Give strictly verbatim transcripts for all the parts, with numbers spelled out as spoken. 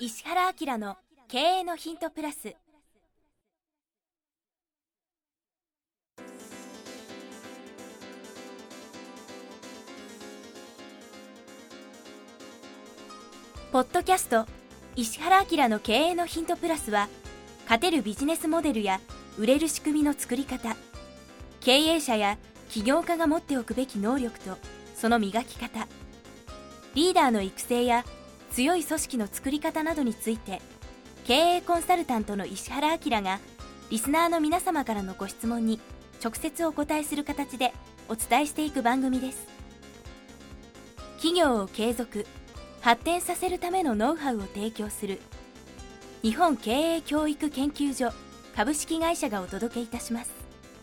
石原明の経営のヒントプラス。ポッドキャスト石原明の経営のヒントプラスは、勝てるビジネスモデルや売れる仕組みの作り方、経営者や起業家が持っておくべき能力とその磨き方、リーダーの育成や強い組織の作り方などについて、経営コンサルタントの石原明がリスナーの皆様からのご質問に直接お答えする形でお伝えしていく番組です。企業を継続発展させるためのノウハウを提供する日本経営教育研究所株式会社がお届けいたします。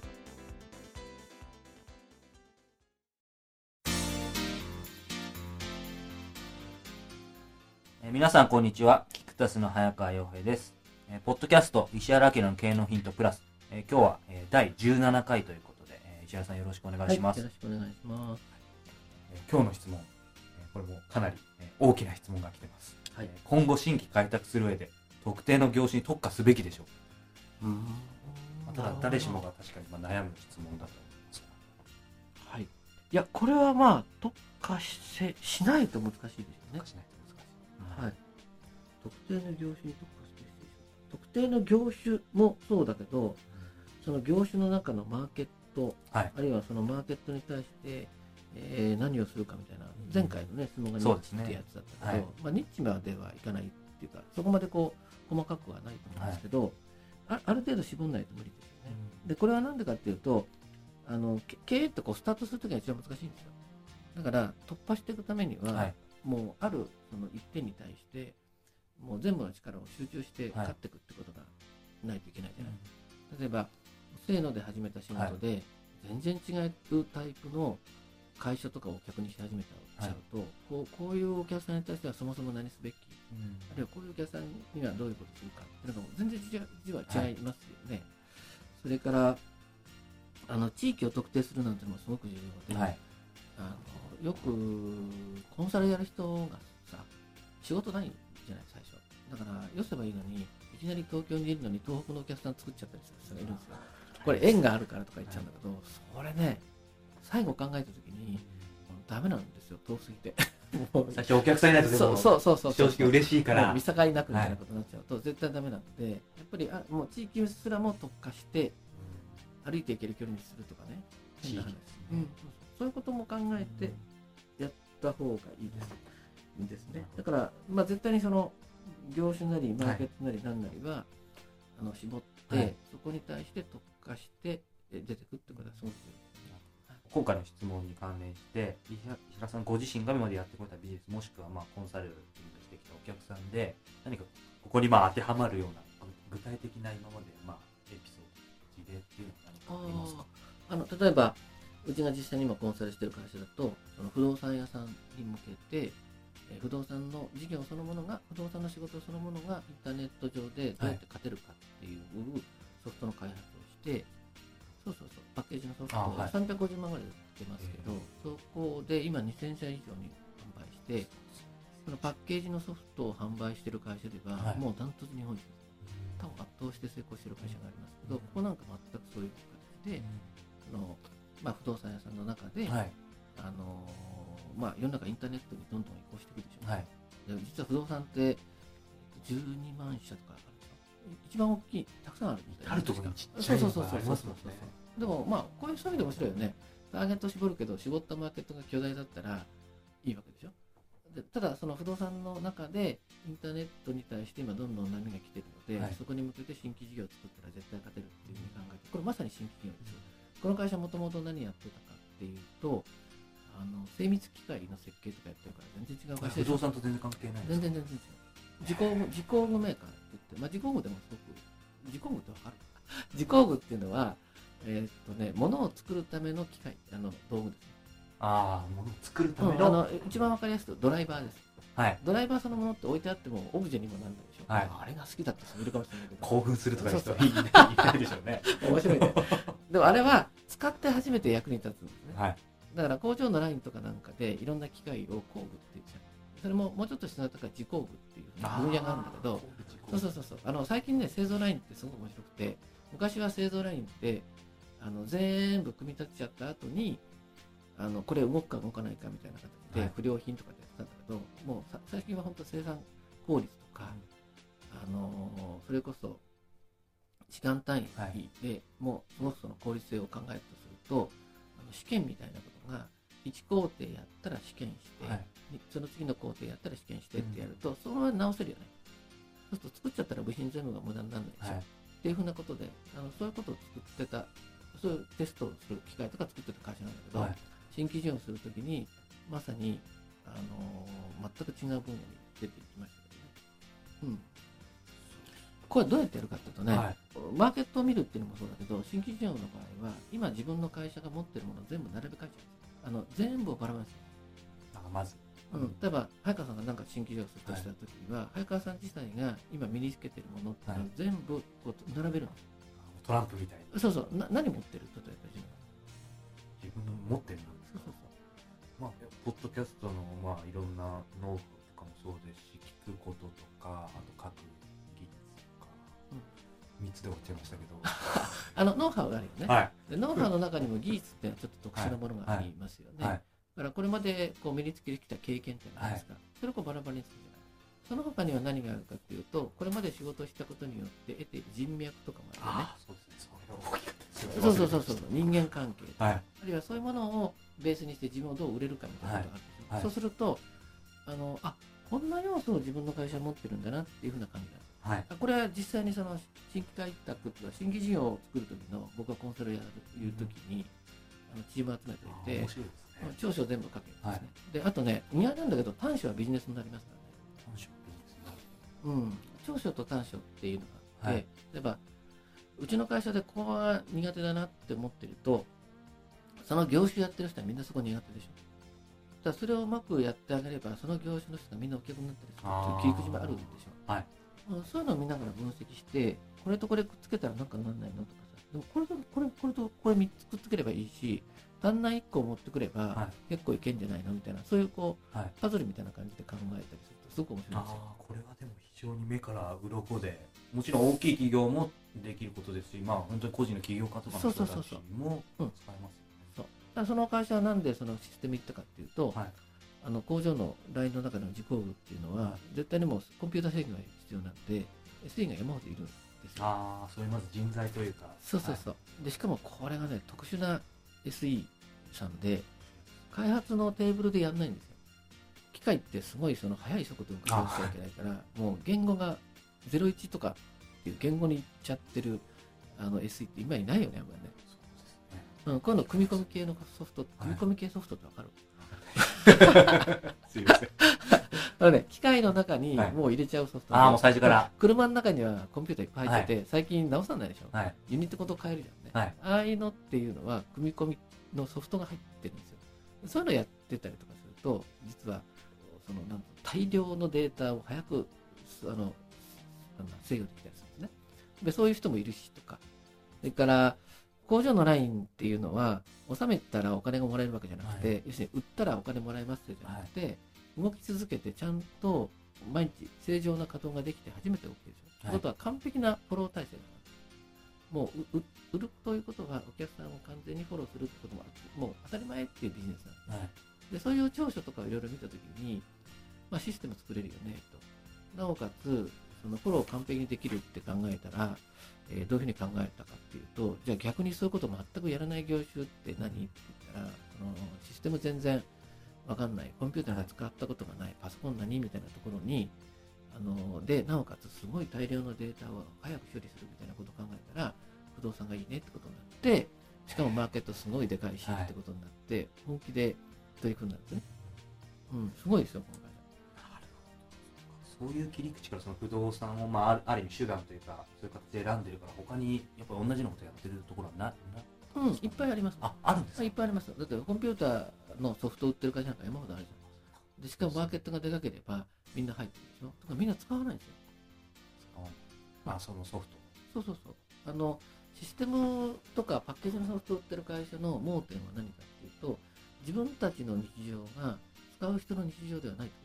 えー、皆さんこんにちは。キクタスの早川洋平です。えー、ポッドキャスト石原明の経営のヒントプラス、えー、今日は、えー、だいじゅうななかいということで、えー、石原さんよろしくお願いします。 はい、よろしくお願いします。 えー、今日の質問、えー、これもかなり、えー、大きな質問が来てます。 はい、 えー、今後新規開拓する上で特定の業種に特化すべきでしょう。うーん、まあ、ただ誰しもが確かにまあ悩む質問だと思います。 はい。いや、これはまあ特化ししないと難しいですよね。 特化しないと難しい。 はい。特定の業種に特化すべきでしょう。特定の業種もそうだけど、うん、その業種の中のマーケット、はい、あるいはそのマーケットに対して、えー、何をするかみたいな、前回のね質問がニッチってやつだったけど、ね、はい、まあ、ニッチまではいかないっていうか、そこまでこう細かくはないと思うんですけど、はい、あ, ある程度絞んないと無理ですよね。うん、でこれはなんでかっていうと、あの経営ってこうスタートするときが一番難しいんですよ。だから突破していくためには、はい、もうあるその一点に対してもう全部の力を集中して勝っていくってことがないといけないじゃない。はい、例えばせーので始めた仕事で、はい、全然違うタイプの会社とかを客にし始めちゃうと、はい、こう、こういうお客さんに対してはそもそも何すべき、うん、あるいはこういうお客さんにはどういうことするかっていうのが全然実は違いますよね。はい、それからあの地域を特定するなんてのもすごく重要で、はい、あのよくコンサルやる人がさ、仕事ないじゃない最初。だからよせばいいのに、いきなり東京にいるのに東北のお客さん作っちゃったりする人がいるんですよ。これ縁があるからとか言っちゃうんだけど、はい、それね、最後考えたときにダメなんですよ、遠すぎて。 最初お客さんいないとでもそうそうそうそう、 正直嬉しいから見境なくみたいなことになっちゃうと絶対ダメなので、やっぱりあもう地域すらも特化して歩いていける距離にするとかね、変な話、うん、そういうことも考えてやった方がいいです、いいですね。だから、まあ、絶対にその業種なりマーケットなり何なりは、はい、あの絞って、はい、そこに対して特化して出てくってことはすごく重要。 今回の質問に関連して石原さんご自身が今までやってこられたビジネスもしくはまあコンサルティングしてきたお客さんで何かここにまあ当てはまるような具体的な今までまあエピソード事例っていうのは何かありますか？ あの例えばうちが実際に今コンサルしてる会社だと、その不動産屋さんに向けて不動産の事業そのものが不動産の仕事そのものがインターネット上でどうやって勝てるかっていうソフトの開発をして、そうそうそう、パッケージのソフトをさんびゃくごじゅうまんぐらいで売ってますけど、はい、そこで今にせんしゃ以上に販売して、そのパッケージのソフトを販売している会社では、はい、もうダントツ日本一です。多分圧倒して成功している会社がありますけど、ここなんか全くそういう形で、あのまあ、不動産屋さんの中で、はい、あのまあ、世の中インターネットにどんどん移行していくでしょう、はい、で実は不動産ってじゅうにまんしゃとかあるでしょ。一番大きい、たくさんあるみたいな。 あるところにちっちゃいのがありますもんね。 でもまあこういうそういう意味で面白いよね。ターゲット絞るけど絞ったマーケットが巨大だったらいいわけでしょ。でただその不動産の中でインターネットに対して今どんどん波が来てるので、はい、そこに向けて新規事業を作ったら絶対勝てるっていうふうに考えて、これまさに新規事業です。この会社もともと何やってたかっていうと、あの精密機械の設計とかやってるから全然違う会社。 不動産と全然関係ないですか？ 全然全然違う。自工具自工具メーカーって言って、まあ、自工具でもすごく自工具ってわかる？自工具っていうのはえーっとね、物を作るための機械、あの道具ですね。 ああ、物を作るための、 うん、あの一番わかりやすくドライバーです。 はい。 ドライバーそのものって置いてあってもオブジェにもなるでしょ。はい。あれが好きだった人もいるかもしれないけど。 興奮するとかいう人はいないでしょうね。 面白いね。でもあれは使って初めて役に立つんですね。 はい。 だから工場のラインとかなんかでいろんな機械を工具って言っちゃう。 それももうちょっと下だったから自工部っていう分野があるんだけど、そうそうそうそう、あの最近ね製造ラインってすごく面白くて、昔は製造ラインってあの全部組み立てちゃった後にあのこれ動くか動かないかみたいな形で不良品とかでやってたんだけど、はい、もう最近は本当生産効率とか、あのー、それこそ時間単位で、はい、もうすごくその効率性を考えるとすると、あの試験みたいなことがいち工程やったら試験して、はい、その次の工程やったら試験してってやると、うん、そのまま直せるよね。そうすると作っちゃったら部品全部が無駄にならないでしょ、はい、っていうふうなことで、あのそういうことを作ってた、そういうテストをする機械とか作ってた会社なんだけど、はい、新規事業をするときにまさに、あのー、全く違う分野に出ていきましたけどね。うん。これどうやってやるかっていうとね、はい、マーケットを見るっていうのもそうだけど、新規事業の場合は今自分の会社が持ってるものを全部並べ替えちゃうんです。あの全部をばらまきする。 あ、まず、 うん、例えば早川さんが何か新規事業をするとしたときには、はい、早川さん自体が今身につけてるものっていうのを全部こう並べるんです。 トランプみたいな。 そうそう。な何持ってる？例えば自分の持ってるんですか？そうそうそう。まあ、ポッドキャストの、まあ、いろんなノウハウとかもそうですし、聞くこととか、あと書く技術とか、うん、みっつで終わっちゃいましたけどあのノウハウがあるよね、はい、でノウハウの中にも技術っていうのはちょっと特殊なものがありますよね、はいはい、だからこれまでこう身につけてきた経験ってあるんですか、はい、それをこうバラバラにするじゃない。その他には何があるかっていうと、これまで仕事をしたことによって得ている人脈とかもあるよね。あ、そうですね。それは大きかったですよね。そうそうそうそう、人間関係、はい、あるいはそういうものをベースにして自分をどう売れるかみたいなことがあるんですよ、はい、そうするとあのあこんな要素を自分の会社は持ってるんだなっていうふうな感じなんです、はい、これは実際にその新規開拓とか新規事業を作る時の僕がコンサルをやるという時に、うん、あのチームを集めておいて、面白いですね、長所を全部書けるんですね、はい、であとね似合いなんだけど短所はビジネスになりますからね。短所はビジネスになる、うん、長所と短所っていうのがあって、はい、例えばうちの会社でここは苦手だなって思ってると、その業種やってる人はみんなそこ苦手でしょ。だからそれをうまくやってあげれば、その業種の人がみんなお客になったりするっていう切り口もあるんでしょ。はい、そういうのを見ながら分析して、これとこれくっつけたらなんかなんないのとかさ、でもこれとこれこれとこれみっつくっつければいいし、単内いっこ持ってくれば結構いけんじゃないのみたいな、そういうこう、はい、パズルみたいな感じで考えたりするとすごく面白いですよ。 あ、これはでも非常に目から鱗で、もちろん大きい企業もできることですし、まあ本当に個人の起業家とかの人たちも使えますよね。 そう。だからその会社はなんでそのシステム行ったかっていうと、はい、あの工場のラインの中の自工部っていうのは、はい、絶対にもうコンピュータ制御が必要なんで エスイー が山ほどいるんですよ。 ああ、そういうまず人材というか。 そうそうそう。はい、でしかもこれがね特殊な エスイー さんで開発のテーブルでやんないんですよ。機械ってすごいその速い速度を稼ぎしちゃいけないから、はい、もう言語がゼロイチとかっていう言語に行っちゃってるあの エスイー って今いないよね、あんまりね。そうですね。うん、今度組み込み系のソフト、組み込み系ソフトってわかる？すいません。あのね、機械の中にもう入れちゃうソフト、ね、 はい、ああ、もう最初から。 車の中にはコンピューターいっぱい入ってて、はい、最近直さないでしょ。はい、ユニットごと変えるじゃんね。はい、ああいうのっていうのは組み込みのソフトが入ってるんですよ。そういうのやってたりとかすると、実はそのなん大量のデータを早くあのなん制御できたりするんですね。でそういう人もいるしとか、それから工場のラインっていうのは納めたらお金がもらえるわけじゃなくて、はい、要するに売ったらお金もらえますじゃなくて、はい、動き続けてちゃんと毎日正常な稼働ができて初めて OK でしょ。はい、ということは完璧なフォロー体制だな。もう売るということはお客さんを完全にフォローするってことももう当たり前っていうビジネスなんです、はい、でそういう長所とかをいろいろ見たときに、まあ、システム作れるよねと、なおかつそのフォローを完璧にできるって考えたら、えー、どういうふうに考えたかっていうと、じゃあ逆にそういうことを全くやらない業種って何って言ったら、そのシステム全然わかんない、コンピューターが使ったことがない、パソコン何みたいなところにあので、なおかつすごい大量のデータを早く処理するみたいなことを考えたら不動産がいいねってことになって、しかもマーケットすごいでかいしってことになって、はい、本気で取り組んだんですね。うん、すごいですよ、この会社。なるほど。そういう切り口からその不動産を、まあ、ある意味手段というか、そういう形で選んでるから、他にやっぱり同じようなことやってるところはな、 なうん、いっぱいあります。 あ、あるんですか？ いっぱいあります。だってコンピューターのソフトを売ってる会社なんか山ほどあるじゃないですか。でしかもマーケットがでかければみんな入ってるでしょ。だからみんな使わないんですよ。 使わない。あ、そのソフト。 そうそうそう。あのシステムとかパッケージのソフトを売ってる会社の盲点は何かっていうと、自分たちの日常が使う人の日常ではないってことですね。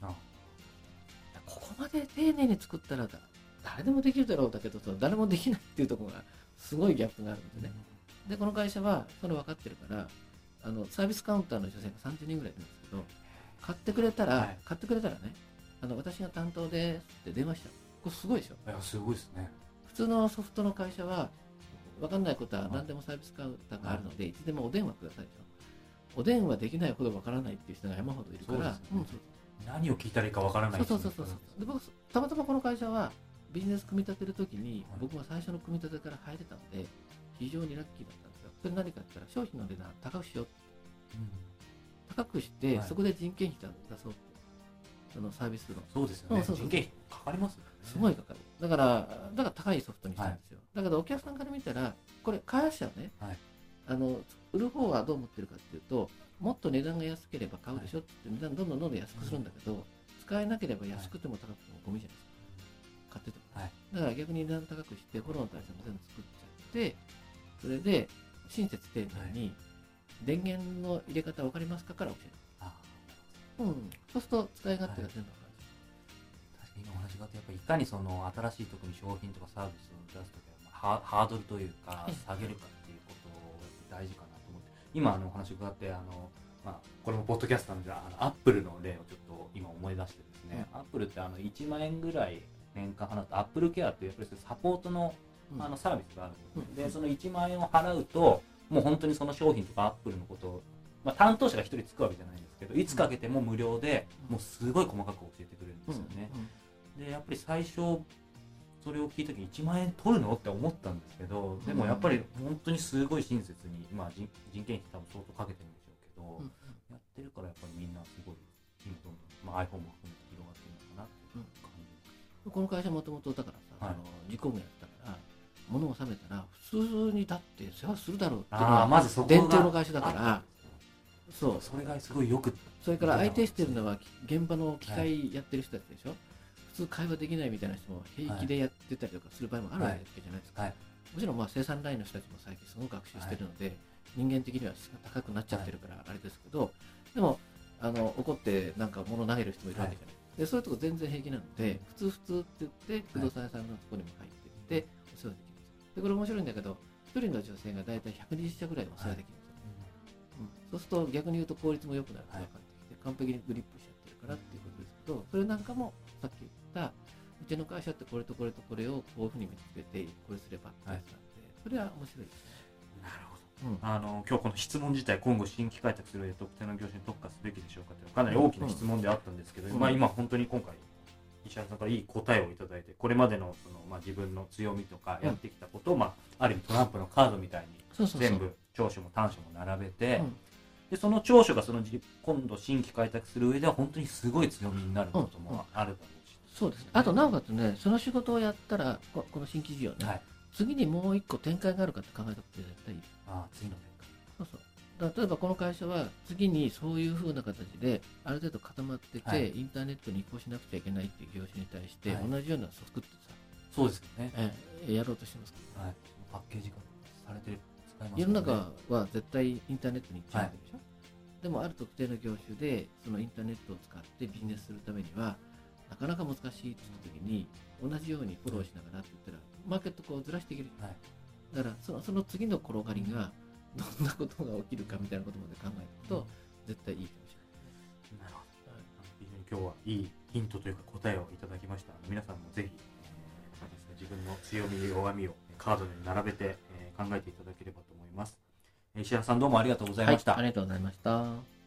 あここまで丁寧に作ったらだ誰でもできるだろうだけど誰もできないっていうところがすごいギャップがあるんですね、うん、でこの会社はそれ分かってるからあのサービスカウンターの女性がさんじゅうにんぐらいいるんですけど買ってくれたら、はい、買ってくれたらねあの私が担当ですって電話した。これすごいでしょ。 いやすごいですね。 普通のソフトの会社は分かんないことは何でもサービスカウンターがあるので、はい、いつでもお電話くださいでしょ。お電話できないほど分からないっていう人が山ほどいるから、 そうですね、うん、何を聞いたらいいか分からない。 そうそうそうそう。で僕たまたまこの会社はビジネス組み立てるときに、はい、僕が最初の組み立てから入れたので非常にラッキーだったんですよ。それ何かって言ったら商品の値段高くしようって、うん、高くして、はい、そこで人件費出そうって。そのサービスのそうですよね。そうそうそう、人件費かかりますよね。 すごいかかる。だからだから高いソフトにしたんですよ、はい、だけどお客さんから見たらこれ開発者はね、はい、あの売る方はどう思ってるかっていうともっと値段が安ければ買うでしょって値段どんどんどんどん安くするんだけど、うん、使えなければ安くても高くてもゴミじゃないですか、買ってても、はい、だから逆に値段高くしてフォローの対策も全部作っちゃってそれで親切丁寧に電源の入れ方分かりますかから教える。うん、そうすると使い勝手が全部分かる、 はい、確かに今お話があってやっぱりいかにその新しい特に商品とかサービスを出すときはハードルというか下げるかっていうことが大事かなと思って今あのお話があってあの、まあ、これもポッドキャストなんであのアップルの例をちょっと今思い出してですね、うん、アップルってあのいちまんえんぐらい年間払うとアップルケアっていうやっぱりサポートの、あのサービスがあるんです、うん、でそのいちまんえんを払うともう本当にその商品とかアップルのことをまあ、担当者がひとりつくわけじゃないんですけどいつかけても無料で、もうすごい細かく教えてくれるんですよね、うんうん、でやっぱり最初それを聞いた時いちまんえん取るのって思ったんですけどでもやっぱり本当にすごい親切に、まあ、人, 人件費多分相当かけてるんでしょうけど、うんうん、やってるからやっぱりみんなすごい今どんどん、まあ、iPhone も含めて広がってるのかなっていう感じ、 うん、この会社もともとだからさ、はい、あの自公務やったから物を納めたら普通にだって世話するだろうっていうのはまずそこが伝統の会社だからそうそれがすごいよくそれから相手してるのは現場の機械やってる人たちでしょ、はい、普通会話できないみたいな人も平気でやってたりとかする場合もあるわけじゃないですか、はいはい、もちろんまあ生産ラインの人たちも最近すごく学習してるので、はい、人間的には質が高くなっちゃってるからあれですけど、はい、でもあの怒ってなんか物投げる人もいるわけじゃない、はい、でそういうとこ全然平気なので普通普通って言って不動産屋さんのところにも入っていってお世話できるんです。でこれ面白いんだけど一人の女性がだいたいひゃくにじゅっしゃぐらいお世話できるんですよ、はいうん、そうすると逆に言うと効率も良くなると分かってきて、はい、完璧にグリップしちゃってるからっていうことですけどそれなんかもさっき言ったうちの会社ってこれとこれとこれをこういうふうに見つけてこれすればってやつなんで、はい、それは面白いですね。 なるほど、うん、あの今日この質問自体今後新規開拓する上で特定の業種に特化すべきでしょうかというかなり大きな質問であったんですけど、うんまあ、今本当に今回石原さんからいい答えをいただいてこれまでの、その、まあ、自分の強みとかやってきたことを、うんまあ、ある意味トランプのカードみたいに全部長所も短所も並べて、うん、でその長所がその今度新規開拓する上では本当にすごい強みになることもあるだろうし、 うんうん、そうですね。あとなおかつねその仕事をやったらこの新規事業ね、はい、次にもう一個展開があるかって考えたことで絶対いいです。 ああ次の展開そうそう例えばこの会社は次にそういう風な形である程度固まってて、はい、インターネットに移行しなくちゃいけないっていう業種に対して、はい、同じようなソフト作ってさそうですよね、 えー、やろうとしてますから、 はい、パッケージ化されてる使います、ね、 世の中は絶対インターネットに行っちゃうわけでしょ、はい、でもある特定の業種でそのインターネットを使ってビジネスするためにはなかなか難しいって言った時に同じようにフォローしながらって言ったらマーケットこうずらしていける、はい、だからその、その次の転がりがどんなことが起きるかみたいなことまで考えると、うん、絶対いいかもしれない。なるほど、はい、 非常に今日はいいヒントというか答えをいただきました。皆さんもぜひ、えー、自分の強み弱みをカードに並べて、えー、考えていただければと思います。石原さんどうもありがとうございました。 はい、ありがとうございました。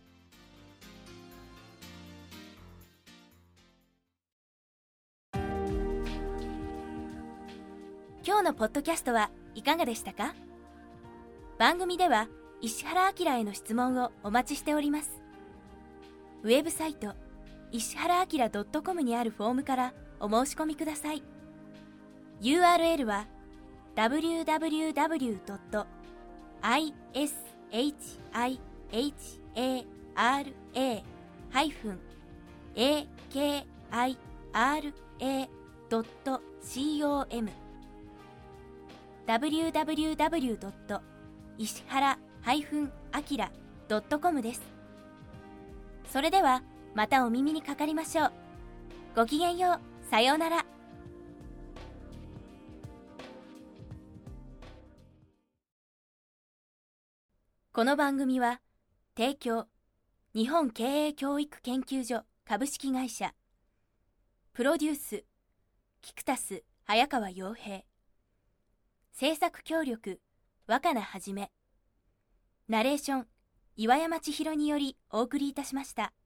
今日のポッドキャストはいかがでしたか？番組では石原明への質問をお待ちしております。ウェブサイト石原明 .com にあるフォームからお申し込みください。 ユーアールエル は ダブリューダブリューダブリュードットアイエスエイチアイエイチエーアールエー ハイフン エーケーアイアールエー ドット コム ダブリューダブリューダブリュードット石原 -明 ドットコム です。それではまたお耳にかかりましょう。ごきげんよう。さようなら。この番組は提供日本経営教育研究所株式会社、プロデュースキクタス早川洋平、制作協力若菜はじめ、ナレーション岩山千尋によりお送りいたしました。